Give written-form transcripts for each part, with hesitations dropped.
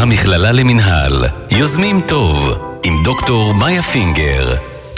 המכללה למנהל, יוזמים טוב, עם דוקטור מאיה פינגר.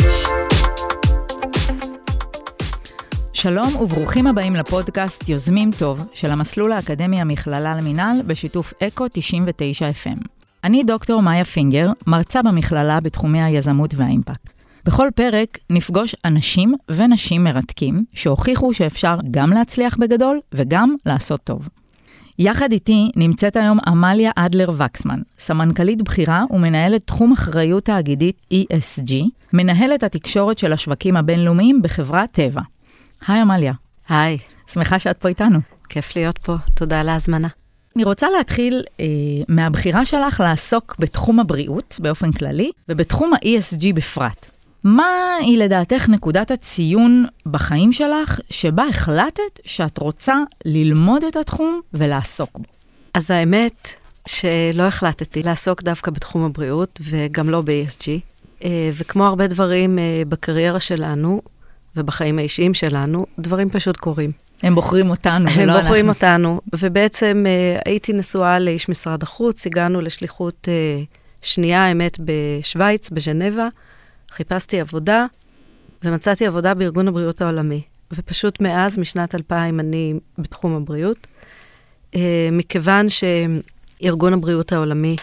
שלום וברוכים הבאים לפודקאסט יוזמים טוב של המסלול האקדמי המכללה למנהל בשיתוף אקו 99 FM. אני דוקטור מאיה פינגר, מרצה במכללה בתחומי היזמות והאימפקט. בכל פרק נפגוש אנשים ונשים מרתקים שהוכיחו שאפשר גם להצליח בגדול וגם לעשות טוב. יחד איתי נמצאת היום אמליה אדלר וקסמן, סמנכ"לית בכירה ומנהלת תחום אחריות תאגידית ESG, מנהלת התקשורת של השווקים הבינלאומיים בחברת טבע. היי אמליה. היי. שמחה שאת פה איתנו. כיף להיות פה, תודה על ההזמנה. אני רוצה להתחיל מהבחירה שלך לעסוק בתחום הבריאות באופן כללי, ובתחום ה-ESG בפרט. מה היא לדעתך נקודת הציון בחיים שלך, שבה החלטת שאת רוצה ללמוד את התחום ולעסוק בו? אז האמת שלא החלטתי לעסוק דווקא בתחום הבריאות, וגם לא ב-ESG, וכמו הרבה דברים בקריירה שלנו, ובחיים האישיים שלנו, דברים פשוט קורים. הם בוחרים אותנו, הם בוחרים אותנו, ובעצם הייתי נשואה לאיש משרד החוץ, הגענו לשליחות שנייה, האמת, בשוויץ, בז'נבה, חיפשתי עבודה, ומצאתי עבודה בארגון הבריאות העולמי. ופשוט מאז, משנת 2000, אני בתחום הבריאות, מכיוון שארגון הבריאות העולמי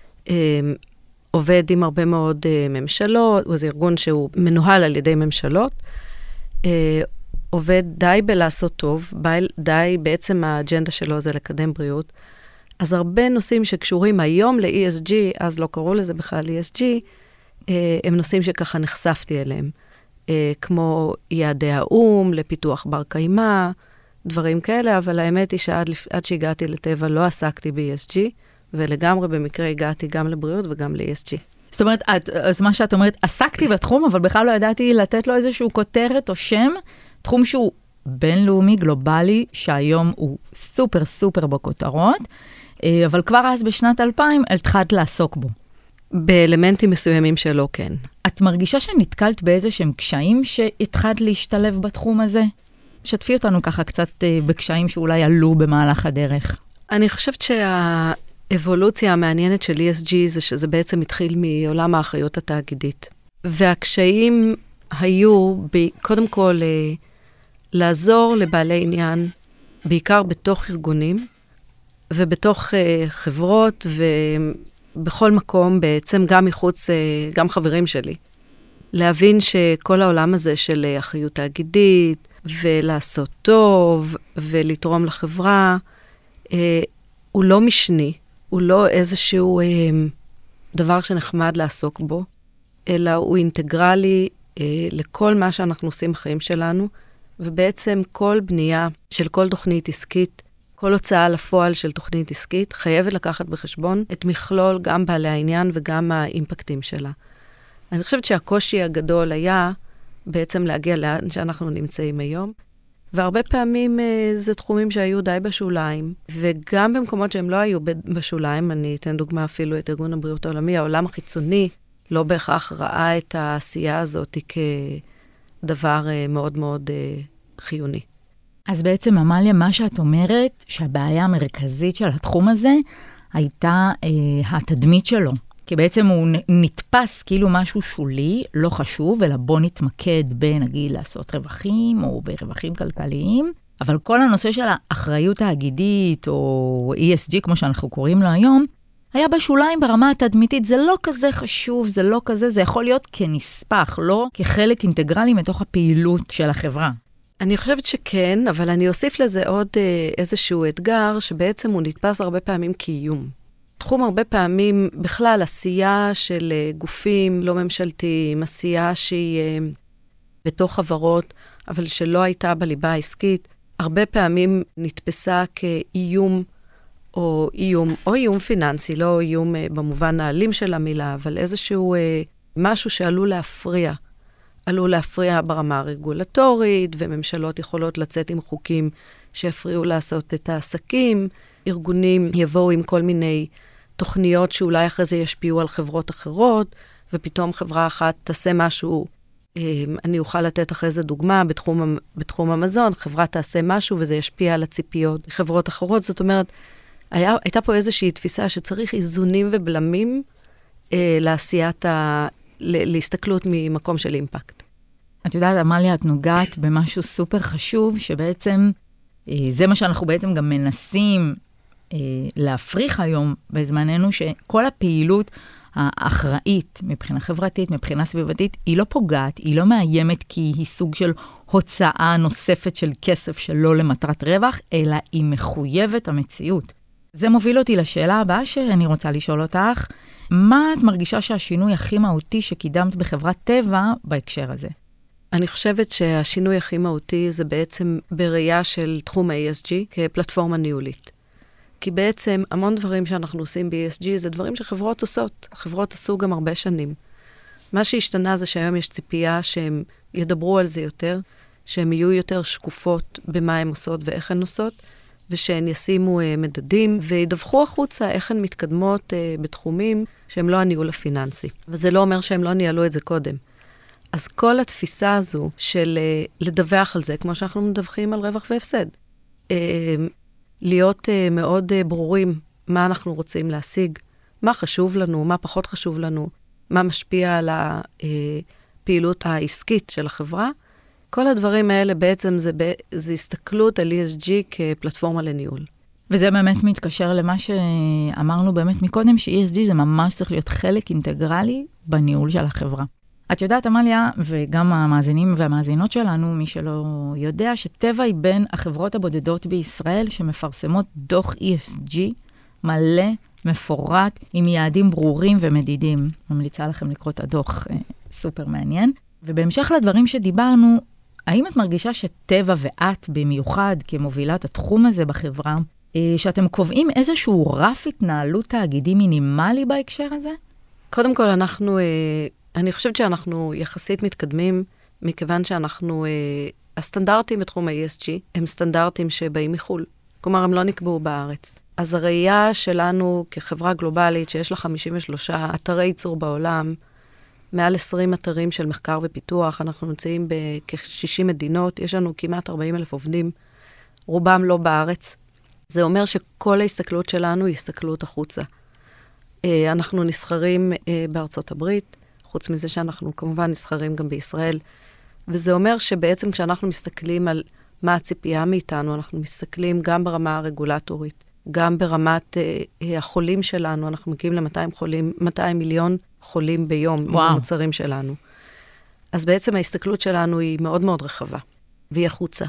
עובד עם הרבה מאוד ממשלות, וזה ארגון שהוא מנוהל על ידי ממשלות, עובד די בלעשות טוב, די בעצם האג'נדה שלו זה לקדם בריאות. אז הרבה נושאים שקשורים היום ל-ESG, אז לא קראו לזה בכלל ESG, הם נושאים שככה נחשפתי אליהם, כמו יעדי האום, לפיתוח בר קיימא, דברים כאלה, אבל האמת היא שעד שהגעתי לטבע לא עסקתי ב-ESG, ולגמרי במקרה הגעתי גם לבריאות וגם ל-ESG. זאת אומרת, אז מה שאת אומרת, עסקתי בתחום, אבל בכלל לא ידעתי לתת לו איזשהו כותרת או שם, תחום שהוא בינלאומי, גלובלי, שהיום הוא סופר סופר בכותרות, אבל כבר אז בשנת 2000 התחלת לעסוק בו. באלמנטים מסוימים שלא כן. את מרגישה שנתקלת באיזשהם קשיים שהתחלת להשתלב בתחום הזה? שתפי אותנו ככה קצת בקשיים שאולי עלו במהלך הדרך. אני חושבת האבולוציה המעניינת של ESG זה שזה בעצם התחיל מעולם האחריות התאגידית. והקשיים היו קודם כל לעזור לבעלי עניין, בעיקר בתוך ארגונים ובתוך חברות ובכל מקום בעצם גם מחוץ, גם חברים שלי. להבין שכל העולם הזה של אחריות תאגידית ולעשות טוב ולתרום לחברה, הוא לא משני. הוא לא איזשהו דבר שנחמד לעסוק בו, אלא הוא אינטגרלי לכל מה שאנחנו עושים בחיים שלנו, ובעצם כל בנייה של כל תוכנית עסקית, כל הוצאה לפועל של תוכנית עסקית, חייבת לקחת בחשבון את מכלול גם בעלי העניין וגם האימפקטים שלה. אני חושבת שהקושי הגדול היה בעצם להגיע לאן שאנחנו נמצאים היום, והרבה פעמים זה תחומים שהיו די בשוליים, וגם במקומות שהם לא היו בשוליים, אני אתן דוגמה אפילו את ארגון הבריאות העולמי, העולם החיצוני לא בהכרח ראה את העשייה הזאת כדבר מאוד מאוד חיוני. אז בעצם אמליה, מה שאת אומרת, שהבעיה המרכזית של התחום הזה, הייתה התדמית שלו. כי בעצם הוא נתפס כאילו משהו שולי, לא חשוב, אלא בוא נתמקד נגיד לעשות רווחים או ברווחים כלכליים, אבל כל הנושא של האחריות האגידית או ESG, כמו שאנחנו קוראים לו היום, היה בשוליים ברמה התדמיתית, זה לא כזה חשוב, זה לא כזה, זה יכול להיות כנספח, לא כחלק אינטגרלי מתוך הפעילות של החברה. אני חושבת שכן, אבל אני אוסיף לזה עוד איזשהו אתגר, שבעצם הוא נתפס הרבה פעמים כאיום. תחום הרבה פעמים, בכלל, עשייה של גופים לא ממשלתיים, עשייה שהיא בתוך חברות, אבל שלא הייתה בליבה העסקית, הרבה פעמים נתפסה כאיום, או איום פיננסי, לא איום במובן האלים של המילה, אבל איזשהו משהו שעלול להפריע ברמה הרגולטורית, וממשלות יכולות לצאת עם חוקים שיפריעו לעשות את העסקים, ארגונים יבואו עם כל מיני תוכניות שאולי אחרי זה ישפיעו על חברות אחרות, ופתאום חברה אחת תעשה משהו, אני אוכל לתת אחרי זה דוגמה, בתחום המזון, חברה תעשה משהו וזה ישפיע על הציפיות חברות אחרות, זאת אומרת, הייתה פה איזושהי תפיסה שצריך איזונים ובלמים לעשיית, להסתכלות ממקום של אימפקט. את יודעת, אמליה, את נוגעת במשהו סופר חשוב, שבעצם זה מה שאנחנו בעצם גם מנסים להפריך היום בזמננו, שכל הפעילות האחראית מבחינה חברתית, מבחינה סביבתית, היא לא פוגעת, היא לא מאיימת כי היא סוג של הוצאה נוספת של כסף שלא למטרת רווח, אלא היא מחויבת המציאות. זה מוביל אותי לשאלה הבאה שאני רוצה לשאול אותך, מה את מרגישה שהשינוי הכי מהותי שקידמת בחברת טבע בהקשר הזה? אני חושבת שהשינוי הכי מהותי זה בעצם בראייה של תחום ה-ESG כפלטפורמה ניהולית. כי בעצם המון דברים שאנחנו עושים ב-ESG זה דברים שחברות עושות. החברות עשו גם הרבה שנים. מה שהשתנה זה שהיום יש ציפייה שהם ידברו על זה יותר, שהם יהיו יותר שקופות במה הן עושות ואיך הן עושות, ושהן ישימו מדדים וידווחו החוצה איך הן מתקדמות בתחומים שהם לא הניהול הפיננסי. וזה לא אומר שהם לא ניהלו את זה קודם. אז כל התפיסה הזו של לדווח על זה, כמו שאנחנו מדווחים על רווח והפסד, להיות מאוד ברורים מה אנחנו רוצים להשיג, מה חשוב לנו, מה פחות חשוב לנו, מה משפיע על הפעילות העסקית של החברה. כל הדברים האלה בעצם זה הסתכלות על ESG כפלטפורמה לניהול. וזה באמת מתקשר למה שאמרנו באמת מקודם, ש-ESG זה ממש צריך להיות חלק אינטגרלי בניהול של החברה. את יודעת, אמליה, וגם המאזינים והמאזינות שלנו, מי שלא יודע, שטבע היא בין החברות הבודדות בישראל שמפרסמות דוח ESG מלא, מפורט, עם יעדים ברורים ומדידים. ממליצה לכם לקרוא את הדוח, סופר מעניין. ובהמשך לדברים שדיברנו, האם את מרגישה שטבע ואת במיוחד כמובילת התחום הזה בחברה, שאתם קובעים איזשהו רף התנהלות תאגידי מינימלי בהקשר הזה? קודם כל, אני חושבת שאנחנו יחסית מתקדמים, מכיוון שאנחנו, הסטנדרטים בתחום ה-ESG הם סטנדרטים שבאים מחול. כלומר, הם לא נקבעו בארץ. אז הראייה שלנו כחברה גלובלית, שיש לה 53 אתרי ייצור בעולם, מעל 20 אתרים של מחקר ופיתוח, אנחנו נמצאים בכ-60 מדינות, יש לנו כמעט 40,000 עובדים, רובם לא בארץ. זה אומר שכל ההסתכלות שלנו היא הסתכלות החוצה. אנחנו נסחרים בארצות הברית, חוץ מזה שאנחנו כמובן נסחרים גם בישראל, וזה אומר שבעצם כשאנחנו מסתכלים על מה הציפייה מאיתנו, אנחנו מסתכלים גם ברמה הרגולטורית, גם ברמת החולים שלנו, אנחנו מגיעים ל-200 מיליון חולים ביום במוצרים שלנו. אז בעצם ההסתכלות שלנו היא מאוד מאוד רחבה, והיא החוצה.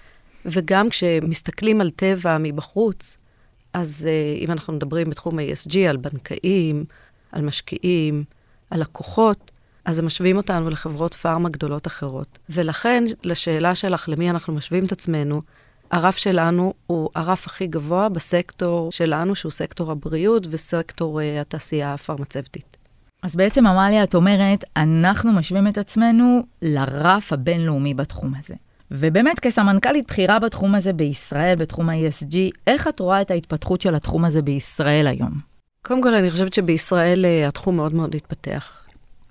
וגם כשמסתכלים על טבע מבחוץ, אז אם אנחנו מדברים בתחום ה-ESG, על בנקאים, על משקיעים, על לקוחות, אז הם משווים אותנו לחברות פארמה גדולות אחרות. ולכן, לשאלה שלך, למי אנחנו משווים את עצמנו, הרף שלנו הוא הרף הכי גבוה בסקטור שלנו, שהוא סקטור הבריאות וסקטור התעשייה הפרמצבטית. אז בעצם, אמליה, את אומרת, אנחנו משווים את עצמנו לרף הבינלאומי בתחום הזה. ובאמת, כסמנכ"לית בחירה בתחום הזה בישראל, בתחום ה-ESG, איך את רואה את ההתפתחות של התחום הזה בישראל היום? קודם כל, אני חושבת שבישראל התחום מאוד מאוד התפתח.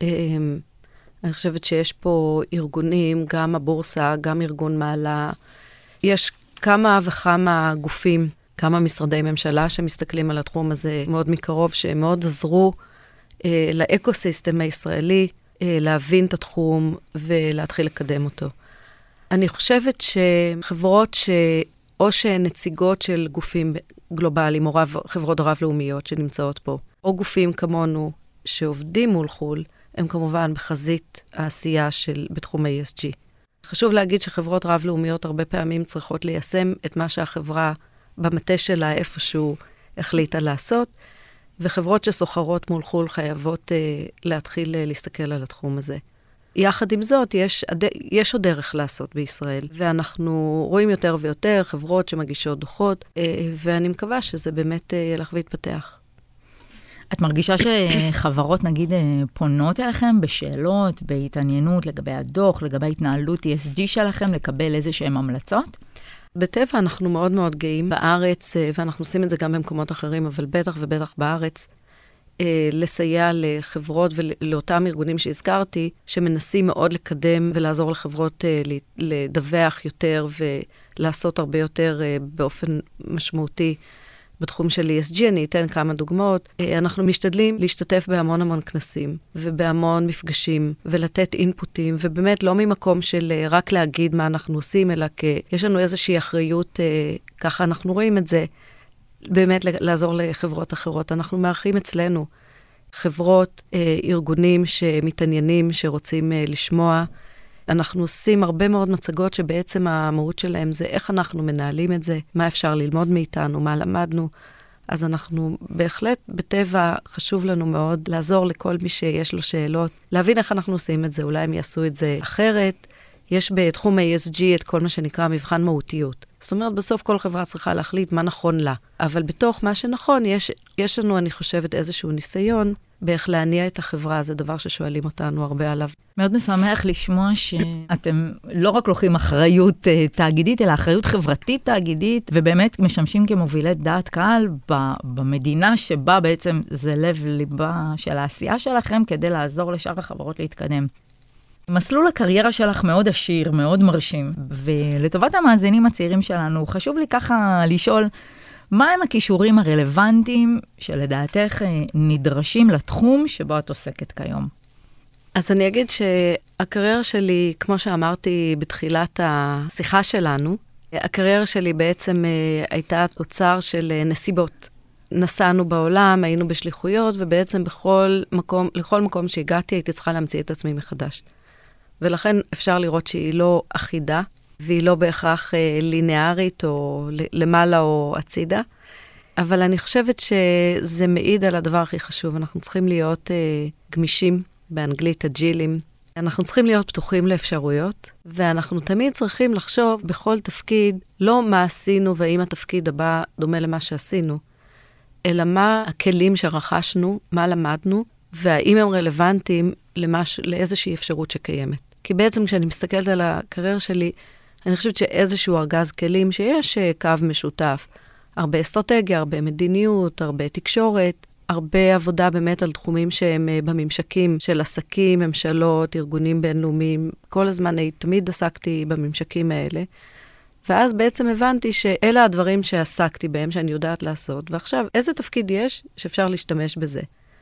אני חושבת שיש פה ארגונים, גם הבורסה, גם ארגון מעלה. יש כמה וכמה גופים, כמה משרדי ממשלה שמסתכלים על התחום הזה מאוד מקרוב, שהם מאוד עזרו לאקוסיסטם הישראלי, להבין את התחום ולהתחיל לקדם אותו. אני חושבת שחברות או שהן נציגות של גופים גלובליים, או חברות רב-לאומיות שנמצאות פה, או גופים כמונו שעובדים מול חול, הם כמובן בחזית העשייה בתחום ה-ESG. חשוב להגיד שחברות רב-לאומיות הרבה פעמים צריכות ליישם את מה שהחברה במטה שלה איפשהו החליטה לעשות, וחברות שסוחרות מול חול חייבות להתחיל להסתכל על התחום הזה. יחד עם זאת, יש עוד דרך לעשות בישראל, ואנחנו רואים יותר ויותר חברות שמגישות דוחות, ואני מקווה שזה באמת ילך ויתפתח. את מרגישה שחברות, נגיד, פונות אליכם בשאלות, בהתעניינות לגבי הדוח, לגבי התנהלות ESG שלכם, לקבל איזשהם המלצות? בטבע אנחנו מאוד מאוד גאים בארץ, ואנחנו עושים את זה גם במקומות אחרים, אבל בטח ובטח בארץ, לסייע לחברות ולאותם ארגונים שהזכרתי, שמנסים מאוד לקדם ולעזור לחברות לדווח יותר ולעשות הרבה יותר באופן משמעותי בתחום של ESG, אני אתן כמה דוגמאות. אנחנו משתדלים להשתתף בהמון כנסים, ובהמון מפגשים, ולתת אינפוטים, ובאמת לא ממקום של רק להגיד מה אנחנו עושים, אלא כי יש לנו איזושהי אחריות, ככה אנחנו רואים את זה, באמת לעזור לחברות אחרות. אנחנו מארחים אצלנו חברות, ארגונים שמתעניינים, שרוצים לשמוע. אנחנו עושים הרבה מאוד מצגות שבעצם המהות שלהם זה איך אנחנו מנהלים את זה, מה אפשר ללמוד מאיתנו, מה למדנו. אז אנחנו בהחלט בטבע חשוב לנו מאוד לעזור לכל מי שיש לו שאלות, להבין איך אנחנו עושים את זה, אולי הם יעשו את זה אחרת. יש בתחום ה-ESG את כל מה שנקרא מבחן מהותיות. זאת אומרת, בסוף כל חברה צריכה להחליט מה נכון לה. אבל בתוך מה שנכון, יש לנו, אני חושבת, איזשהו ניסיון באיך להניע את החברה. זה דבר ששואלים אותנו הרבה עליו. מאוד משמח לשמוע שאתם לא רק לוקחים אחריות תאגידית, אלא אחריות חברתית תאגידית, ובאמת משמשים כמובילי דעת קהל במדינה שבה בעצם זה לב ליבה של העשייה שלכם, כדי לעזור לשאר החברות להתקדם. מסלול הקריירה שלך מאוד עשיר, מאוד מרשים, ולטובת המאזינים הצעירים שלנו, חשוב לי ככה לשאול, מה הם הכישורים הרלוונטיים שלדעתך נדרשים לתחום שבו את עוסקת כיום? אז אני אגיד שהקריירה שלי, כמו שאמרתי בתחילת השיחה שלנו, הקריירה שלי בעצם הייתה תוצר של נסיבות. נסענו בעולם, היינו בשליחויות, ובעצם לכל מקום שהגעתי הייתי צריכה להמציא את עצמי מחדש. ולכן אפשר לראות שהיא לא אחידה, והיא לא בהכרח ליניארית או למעלה או הצידה, אבל אני חושבת שזה מעיד על הדבר הכי חשוב. אנחנו צריכים להיות גמישים, באנגלית אג'ילים. אנחנו צריכים להיות פתוחים לאפשרויות, ואנחנו תמיד צריכים לחשוב בכל תפקיד, לא מה עשינו והאם התפקיד הבא דומה למה שעשינו, אלא מה הכלים שרכשנו, מה למדנו, והאם הם רלוונטיים לאיזושהי אפשרות שקיימת. כי בעצם כשאני מסתכלת על הקריירה שלי, אני חושבת שאיזשהו ארגז כלים שיש קו משותף. הרבה אסטרטגיה, הרבה מדיניות, הרבה תקשורת, הרבה עבודה באמת על תחומים שהם בממשקים של עסקים, ממשלות, ארגונים בינלאומיים. כל הזמן תמיד עסקתי בממשקים האלה. ואז בעצם הבנתי שאלה הדברים שעסקתי בהם, שאני יודעת לעשות. ועכשיו, איזה תפקיד יש שאפשר להשתמש בזה?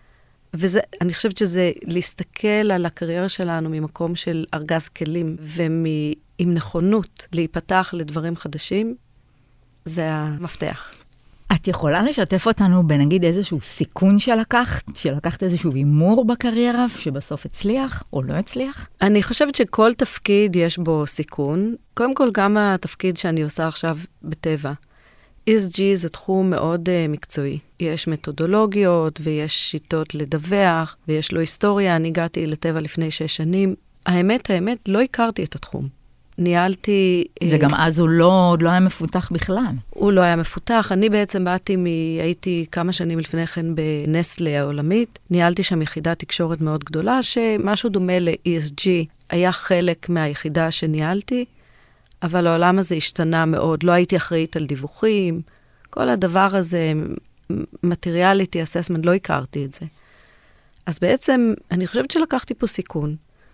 ואני חושבת שזה להסתכל על הקריירה שלנו ממקום של ארגז כלים, ועם נכונות להיפתח לדברים חדשים, זה המפתח. את יכולה לשתף אותנו בנגיד איזשהו סיכון שלקחת איזשהו הימור בקריירה, שבסוף הצליח או לא הצליח? אני חושבת שכל תפקיד יש בו סיכון. קודם כל, גם התפקיד שאני עושה עכשיו בטבע. ESG זה תחום מאוד מקצועי. יש מתודולוגיות ויש שיטות לדווח, ויש לו היסטוריה. אני הגעתי לטבע לפני 6 שנים. האמת, לא הכרתי את התחום. ניהלתי... זה גם אז הוא לא היה מפותח בכלל. הוא לא היה מפותח. אני בעצם הייתי כמה שנים לפני כן בנסטלה העולמית. ניהלתי שם יחידת תקשורת מאוד גדולה, שמשהו דומה ל-ESG היה חלק מהיחידה שניהלתי, אבל העולם הזה השתנה מאוד. לא הייתי אחראית על דיווחים. כל הדבר הזה, materiality assessment, לא הכרתי את זה. אז בעצם אני חושבת שלקחתי פה סיכון.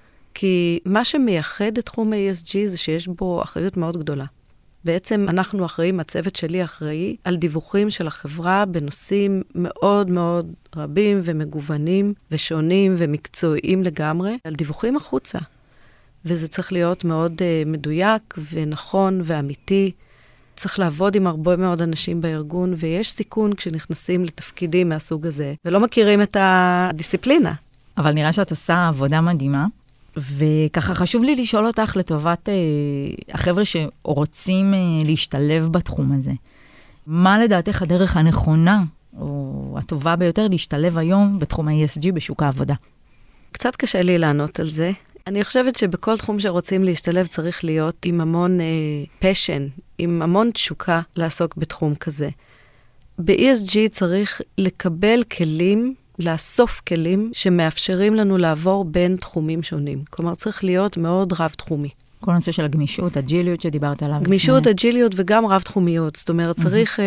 כי מה שמייחד את תחום ה-ESG זה שיש בו אחריות מאוד גדולה. בעצם אנחנו אחראים, הצוות שלי אחראי, על דיווחים של החברה בנושאים מאוד מאוד רבים ומגוונים ושונים ומקצועיים לגמרי, על דיווחים החוצה. וזה צריך להיות מאוד מדויק ונכון ואמיתי. צריך לעבוד עם הרבה מאוד אנשים בארגון, ויש סיכון כשנכנסים לתפקידים מהסוג הזה, ולא מכירים את הדיסציפלינה. אבל נראה שאת עושה עבודה מדהימה. וככה חשוב לי לשאול אותך לטובת החבר'ה שרוצים להשתלב בתחום הזה. מה לדעתך הדרך הנכונה, או הטובה ביותר, להשתלב היום בתחום ה-ESG בשוק העבודה? קצת קשה לי לענות על זה. אני חושבת שבכל תחום שרוצים להשתלב צריך להיות עם המון passion, עם המון תשוקה לעסוק בתחום כזה. ב-ESG צריך לקבל כלים, לאסוף כלים שמאפשרים לנו לעבור בין תחומים שונים. כלומר, צריך להיות מאוד רב-תחומי. כל הנושא של הגמישות, הג'יליות שדיברת עליו. גמישות, הג'יליות וגם רב-תחומיות. זאת אומרת, צריך,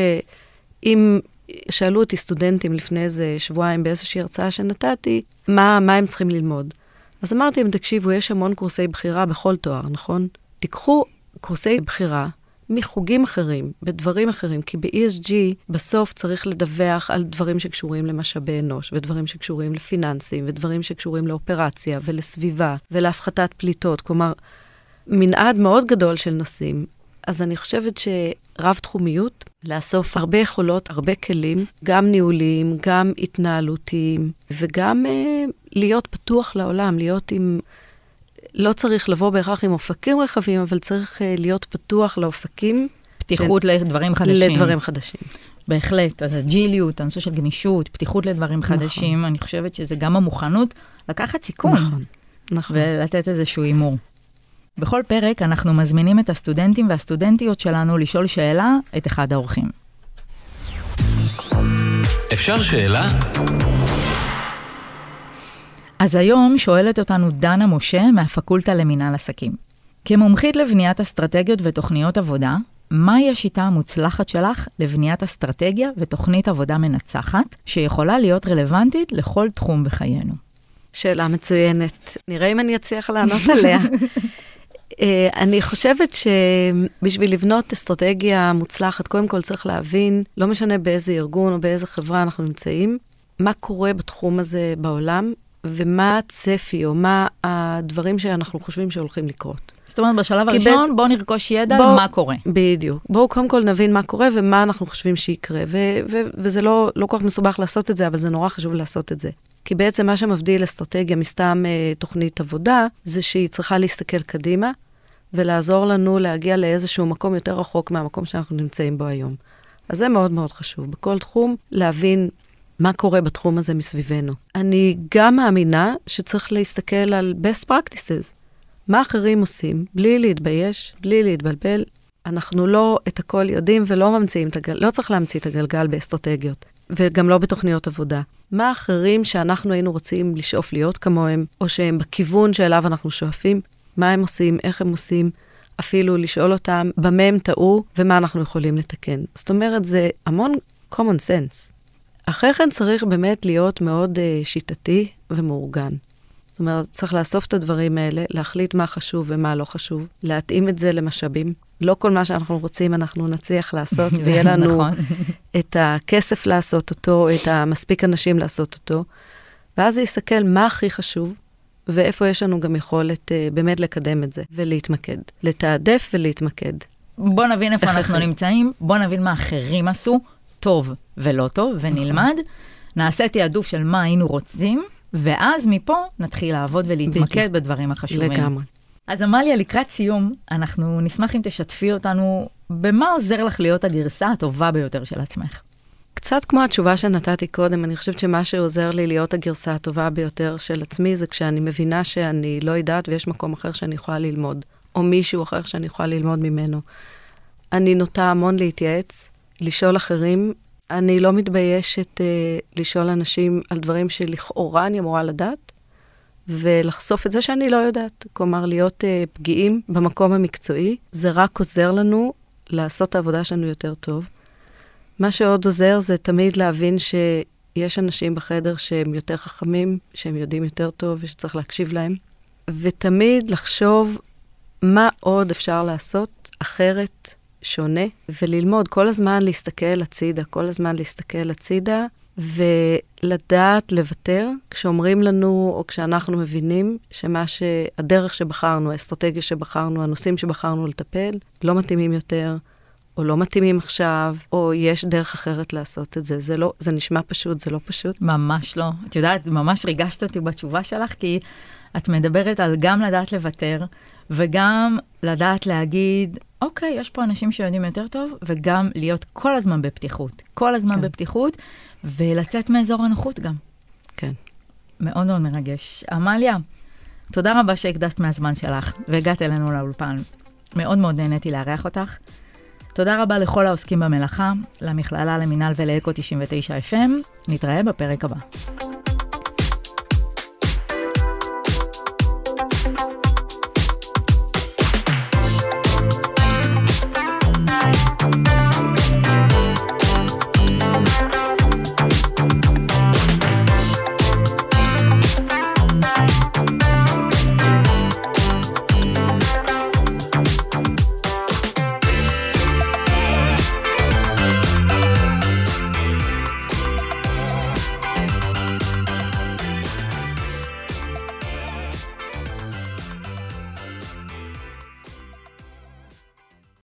אם שאלו אותי סטודנטים לפני איזה שבועיים באיזושהי הרצאה שנתתי, מה הם צריכים ללמוד? אז אמרתי, אם תקשיבו, יש המון קורסי בחירה בכל תואר, נכון? תיקחו קורסי בחירה, מחוגים אחרים, בדברים אחרים, כי ב-ESG בסוף צריך לדווח על דברים שקשורים למשאבי אנוש, ודברים שקשורים לפיננסים, ודברים שקשורים לאופרציה ולסביבה, ולהפחתת פליטות, כלומר, מנעד מאוד גדול של נושאים. אז אני חושבת שרב תחומיות, לאסוף הרבה יכולות, הרבה כלים, גם ניהוליים, גם התנהלותיים, וגם להיות פתוח לעולם, להיות עם... לא צריך לבוא בהכרח עם אופקים רחבים, אבל צריך להיות פתוח לאופקים. פתיחות לדברים חדשים. לדברים חדשים. בהחלט, אז הג'יליות, הנושא של גמישות, פתיחות לדברים חדשים, אני חושבת שזה גם המוכנות לקחת סיכון. נכון. ולתת איזשהו אימור. בכל פרק אנחנו מזמינים את הסטודנטים והסטודנטיות שלנו לשאול שאלה את אחד האורחים. אפשר שאלה? אז היום שואלת אותנו דנה משה מהפקולטה למינהל עסקים. כמומחית לבניית אסטרטגיות ותוכניות עבודה, מהי השיטה המוצלחת שלך לבניית אסטרטגיה ותוכנית עבודה מנצחת, שיכולה להיות רלוונטית לכל תחום בחיינו? שאלה מצוינת. נראה אם אני אצליח לענות עליה. אני חושבת שבשביל לבנות אסטרטגיה מוצלחת, קודם כל צריך להבין, לא משנה באיזה ארגון או באיזה חברה אנחנו נמצאים, מה קורה בתחום הזה בעולם, ומה הצפי או מה הדברים שאנחנו חושבים שהולכים לקרות. זאת אומרת, בשלב הראשון, בואו נרכוש ידע על מה קורה. בדיוק. בואו קודם כל נבין מה קורה ומה אנחנו חושבים שיקרה. וזה לא כל כך מסובך לעשות את זה, אבל זה נורא חשוב לעשות את זה. כי בעצם מה שמבדיל אסטרטגיה מסתם תוכנית עבודה, זה שהיא צריכה להסתכל קדימה, ולעזור לנו להגיע לאיזשהו מקום יותר רחוק מהמקום שאנחנו נמצאים בו היום. אז זה מאוד מאוד חשוב. בכל תחום להבין מה קורה בתחום הזה מסביבנו. אני גם מאמינה שצריך להסתכל על best practices. מה אחרים עושים, בלי להתבייש, בלי להתבלבל. אנחנו לא את הכל יודעים ולא ממציאים את הגלגל, לא צריך להמציא את הגלגל באסטרטגיות, וגם לא בתוכניות עבודה. מה אחרים שאנחנו היינו רוצים לשאוף להיות כמוהם, או שהם בכיוון שאליו אנחנו שואפים, מה הם עושים, איך הם עושים, אפילו לשאול אותם במה הם טעו ומה אנחנו יכולים לתקן. זאת אומרת, זה המון common sense. אחרי כן צריך באמת להיות מאוד שיטתי ומאורגן. זאת אומרת, צריך לאסוף את הדברים האלה, להחליט מה חשוב ומה לא חשוב, להתאים את זה למשאבים. לא כל מה שאנחנו רוצים אנחנו נצליח לעשות, ויהיה לנו את הכסף לעשות אותו, את המספיק אנשים לעשות אותו, ואז להסתכל מה הכי חשוב, ואיפה יש לנו גם יכולת באמת לקדם את זה, ולהתמקד. לתעדף ולהתמקד. בוא נבין איפה אנחנו נמצאים, בוא נבין מה אחרים עשו, טוב ולא טוב, ונלמד, נעשה תיעדוף של מה היינו רוצים, ואז מפה נתחיל לעבוד ולהתמקד בדברים החשובים. לגמרי. אז עמליה, לקראת סיום, אנחנו נשמח אם תשתפי אותנו במה עוזר לך להיות הגרסה הטובה ביותר של עצמך. קצת כמו התשובה שנתתי קודם, אני חושבת שמה שעוזר לי להיות הגרסה הטובה ביותר של עצמי, זה כשאני מבינה שאני לא יודעת ויש מקום אחר שאני יכולה ללמוד, או מישהו אחר שאני יכולה ללמוד ממנו. אני נוטה המון להתייעץ, לשאול אחרים. אני לא מתביישת לשאול אנשים על דברים שלכאורה אני אמורה לדעת, ולחשוף את זה שאני לא יודעת. כלומר, להיות פגיעים במקום המקצועי, זה רק עוזר לנו לעשות את העבודה שלנו יותר טוב. מה שעוד עוזר זה תמיד להבין שיש אנשים בחדר שהם יותר חכמים, שהם יודעים יותר טוב ושצריך להקשיב להם, ותמיד לחשוב מה עוד אפשר לעשות אחרת, שונה, וללמוד כל הזמן להסתכל הצידה, כל הזמן להסתכל הצידה, ולדעת לוותר, כשאומרים לנו, או כשאנחנו מבינים, שהדרך שבחרנו, האסטרטגיה שבחרנו, הנושאים שבחרנו לטפל, לא מתאימים יותר, או לא מתאימים עכשיו, או יש דרך אחרת לעשות את זה. זה נשמע פשוט, זה לא פשוט. ממש לא. את יודעת, ממש ריגשת אותי בתשובה שלך, כי את מדברת על גם לדעת לוותר, וגם לדעת להגיד, אוקיי, יש פה אנשים שיודעים יותר טוב, וגם להיות כל הזמן בפתיחות. כל הזמן בפתיחות, ולצאת מאזור הנוחות גם. כן. מאוד מאוד מרגש. עמליה, תודה רבה שהקדשת מהזמן שלך, והגעת אלינו לאולפן. מאוד מאוד נהניתי לארח אותך. תודה רבה לכל העוסקים במלאכה, למכללה למינהל ולאקו 99 FM. נתראה בפרק הבא.